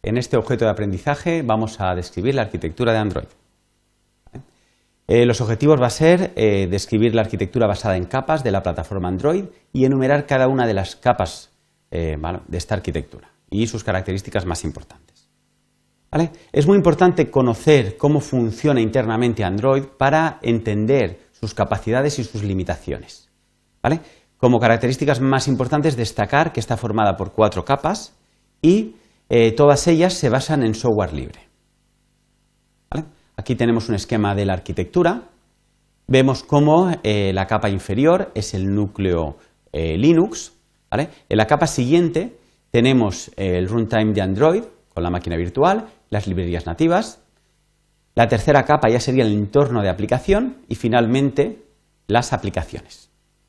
En este objeto de aprendizaje vamos a describir la arquitectura de Android. Los objetivos va a ser describir la arquitectura basada en capas de la plataforma Android y enumerar cada una de las capas de esta arquitectura y sus características más importantes. ¿Vale? Es muy importante conocer cómo funciona internamente Android para entender sus capacidades y sus limitaciones. ¿Vale? Como características más importantes, destacar que está formada por 4 capas y todas ellas se basan en software libre. ¿Vale? Aquí tenemos un esquema de la arquitectura. Vemos cómo la capa inferior es el núcleo Linux. ¿Vale? En la capa siguiente tenemos el runtime de Android con la máquina virtual, las librerías nativas. La tercera capa ya sería el entorno de aplicación y finalmente las aplicaciones.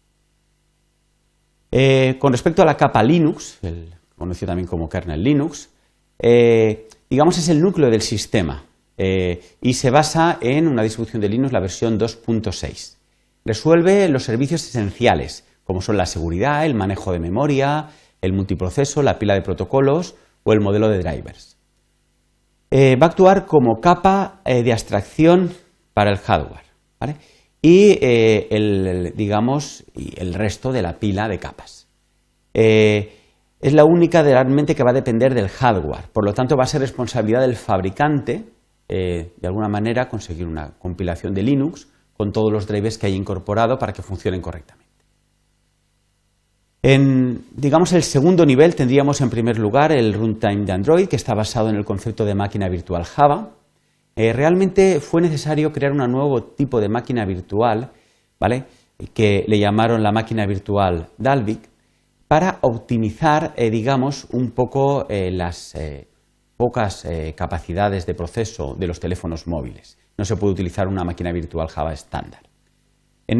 Con respecto a la capa Linux, conocido también como kernel Linux, digamos es el núcleo del sistema y se basa en una distribución de Linux, la versión 2.6. Resuelve los servicios esenciales, como son la seguridad, el manejo de memoria, el multiproceso, la pila de protocolos o el modelo de drivers. Va a actuar como capa de abstracción para el hardware, ¿vale? Y el resto de la pila de capas. Es la única realmente que va a depender del hardware, por lo tanto va a ser responsabilidad del fabricante, de alguna manera, conseguir una compilación de Linux con todos los drivers que haya incorporado para que funcionen correctamente. En, el segundo nivel tendríamos en primer lugar el runtime de Android, que está basado en el concepto de máquina virtual Java. Realmente fue necesario crear un nuevo tipo de máquina virtual, ¿vale?, que le llamaron la máquina virtual Dalvik, para optimizar, un poco las pocas capacidades de proceso de los teléfonos móviles. No se puede utilizar una máquina virtual Java estándar. En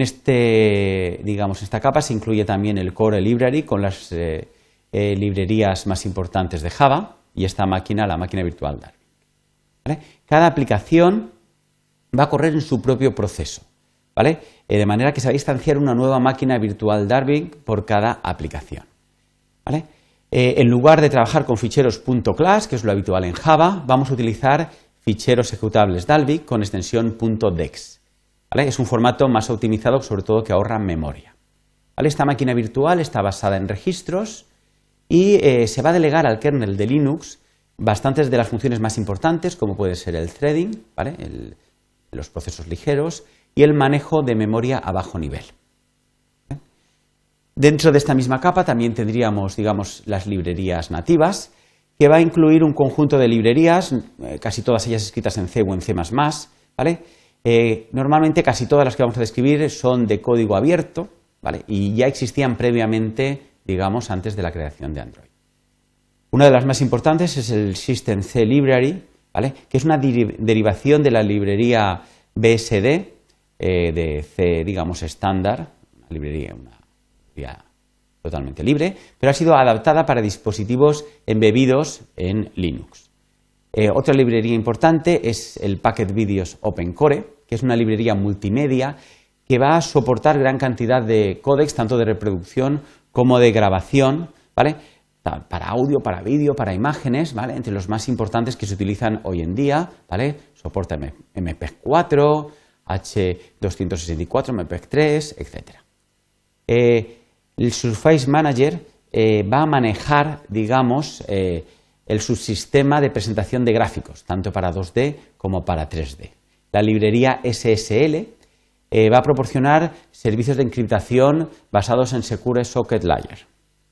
esta capa se incluye también el Core Library con las librerías más importantes de Java y esta máquina, la máquina virtual Dalvik. ¿Vale? Cada aplicación va a correr en su propio proceso, ¿vale? De manera que se va a instanciar una nueva máquina virtual Dalvik por cada aplicación, ¿vale? En lugar de trabajar con ficheros .class, que es lo habitual en Java, vamos a utilizar ficheros ejecutables Dalvik con extensión .dex. ¿Vale? Es un formato más optimizado, sobre todo que ahorra memoria. ¿Vale? Esta máquina virtual está basada en registros y se va a delegar al kernel de Linux bastantes de las funciones más importantes, como puede ser el threading, ¿vale?, los procesos ligeros y el manejo de memoria a bajo nivel. ¿Vale? Dentro de esta misma capa también tendríamos, las librerías nativas, que va a incluir un conjunto de librerías, casi todas ellas escritas en C o en C++, ¿vale? Normalmente casi todas las que vamos a describir son de código abierto, ¿vale?, y ya existían previamente, antes de la creación de Android. Una de las más importantes es el System C Library, ¿vale?, que es una derivación de la librería BSD de C, estándar, una librería totalmente libre, pero ha sido adaptada para dispositivos embebidos en Linux. Otra librería importante es el Packet Videos OpenCore, que es una librería multimedia que va a soportar gran cantidad de códecs, tanto de reproducción como de grabación, ¿vale?, para audio, para vídeo, para imágenes, ¿vale?, entre los más importantes que se utilizan hoy en día, ¿vale?, soporta MPEG 4, H264, MPEG 3, etc. El Surface Manager va a manejar, el subsistema de presentación de gráficos, tanto para 2D como para 3D. La librería SSL va a proporcionar servicios de encriptación basados en Secure Socket Layer.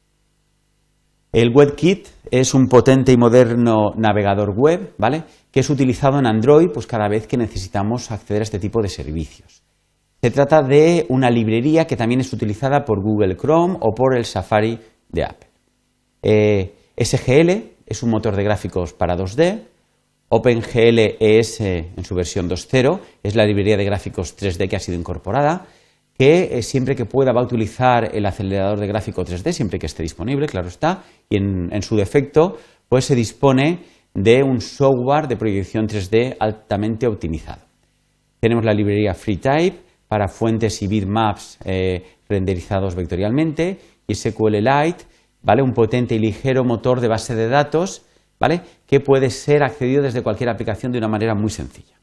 El WebKit es un potente y moderno navegador web, ¿vale?, que es utilizado en Android cada vez que necesitamos acceder a este tipo de servicios. Se trata de una librería que también es utilizada por Google Chrome o por el Safari de Apple. SGL es un motor de gráficos para 2D. OpenGL ES en su versión 2.0 es la librería de gráficos 3D que ha sido incorporada, que siempre que pueda va a utilizar el acelerador de gráfico 3D, siempre que esté disponible, claro está, y en su defecto pues se dispone de un software de proyección 3D altamente optimizado. Tenemos la librería FreeType para fuentes y bitmaps renderizados vectorialmente y SQLite, ¿vale?, un potente y ligero motor de base de datos ¿vale?, que puede ser accedido desde cualquier aplicación de una manera muy sencilla.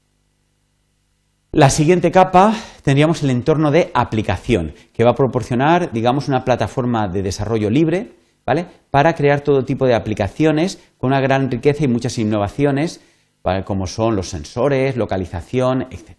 La siguiente capa tendríamos el entorno de aplicación, que va a proporcionar, digamos, una plataforma de desarrollo libre, ¿vale?, para crear todo tipo de aplicaciones con una gran riqueza y muchas innovaciones, ¿vale?, como son los sensores, localización, etc.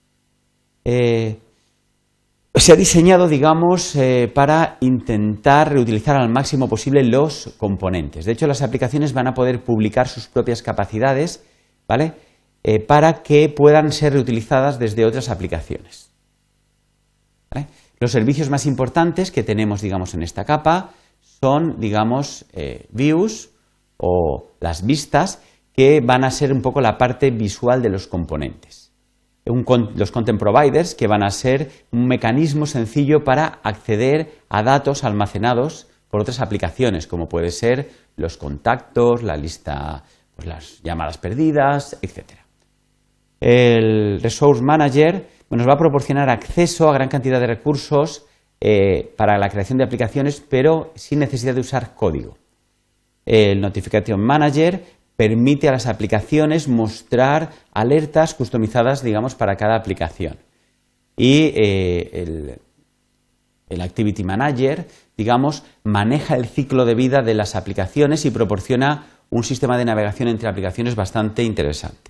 Se ha diseñado, digamos, para intentar reutilizar al máximo posible los componentes. De hecho, las aplicaciones van a poder publicar sus propias capacidades, ¿vale?, para que puedan ser reutilizadas desde otras aplicaciones, ¿vale? Los servicios más importantes que tenemos, digamos, en esta capa son, digamos, views o las vistas, que van a ser un poco la parte visual de los componentes. Los content providers, que van a ser un mecanismo sencillo para acceder a datos almacenados por otras aplicaciones, como puede ser los contactos, la lista, pues las llamadas perdidas, etc. El Resource Manager nos va a proporcionar acceso a gran cantidad de recursos para la creación de aplicaciones, pero sin necesidad de usar código. El Notification Manager permite a las aplicaciones mostrar alertas customizadas, digamos, para cada aplicación. Y el Activity Manager, digamos, maneja el ciclo de vida de las aplicaciones y proporciona un sistema de navegación entre aplicaciones bastante interesante.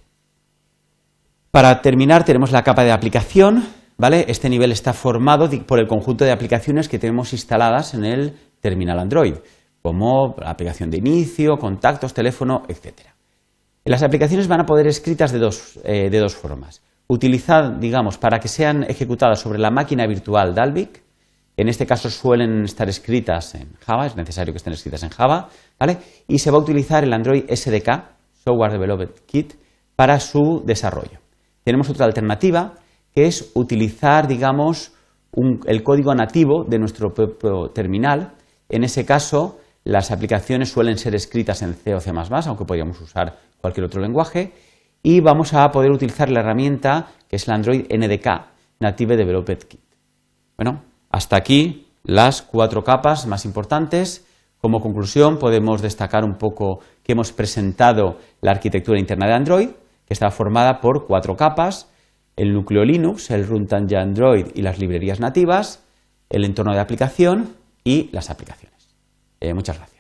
Para terminar, tenemos la capa de aplicación, ¿vale? Este nivel está formado por el conjunto de aplicaciones que tenemos instaladas en el terminal Android, como la aplicación de inicio, contactos, teléfono, etc. Las aplicaciones van a poder ser escritas de dos formas. Utilizar, digamos, para que sean ejecutadas sobre la máquina virtual Dalvik. En este caso suelen estar escritas en Java, es necesario que estén escritas en Java, ¿vale? Y se va a utilizar el Android SDK, Software Development Kit, para su desarrollo. Tenemos otra alternativa, que es utilizar, digamos, el código nativo de nuestro propio terminal. En ese caso, las aplicaciones suelen ser escritas en C o C++, aunque podríamos usar cualquier otro lenguaje, y vamos a poder utilizar la herramienta que es el Android NDK, Native Development Kit. Bueno, hasta aquí las 4 capas más importantes. Como conclusión, podemos destacar un poco que hemos presentado la arquitectura interna de Android, que está formada por 4 capas: el núcleo Linux, el runtime de Android y las librerías nativas, el entorno de aplicación y las aplicaciones. Muchas gracias.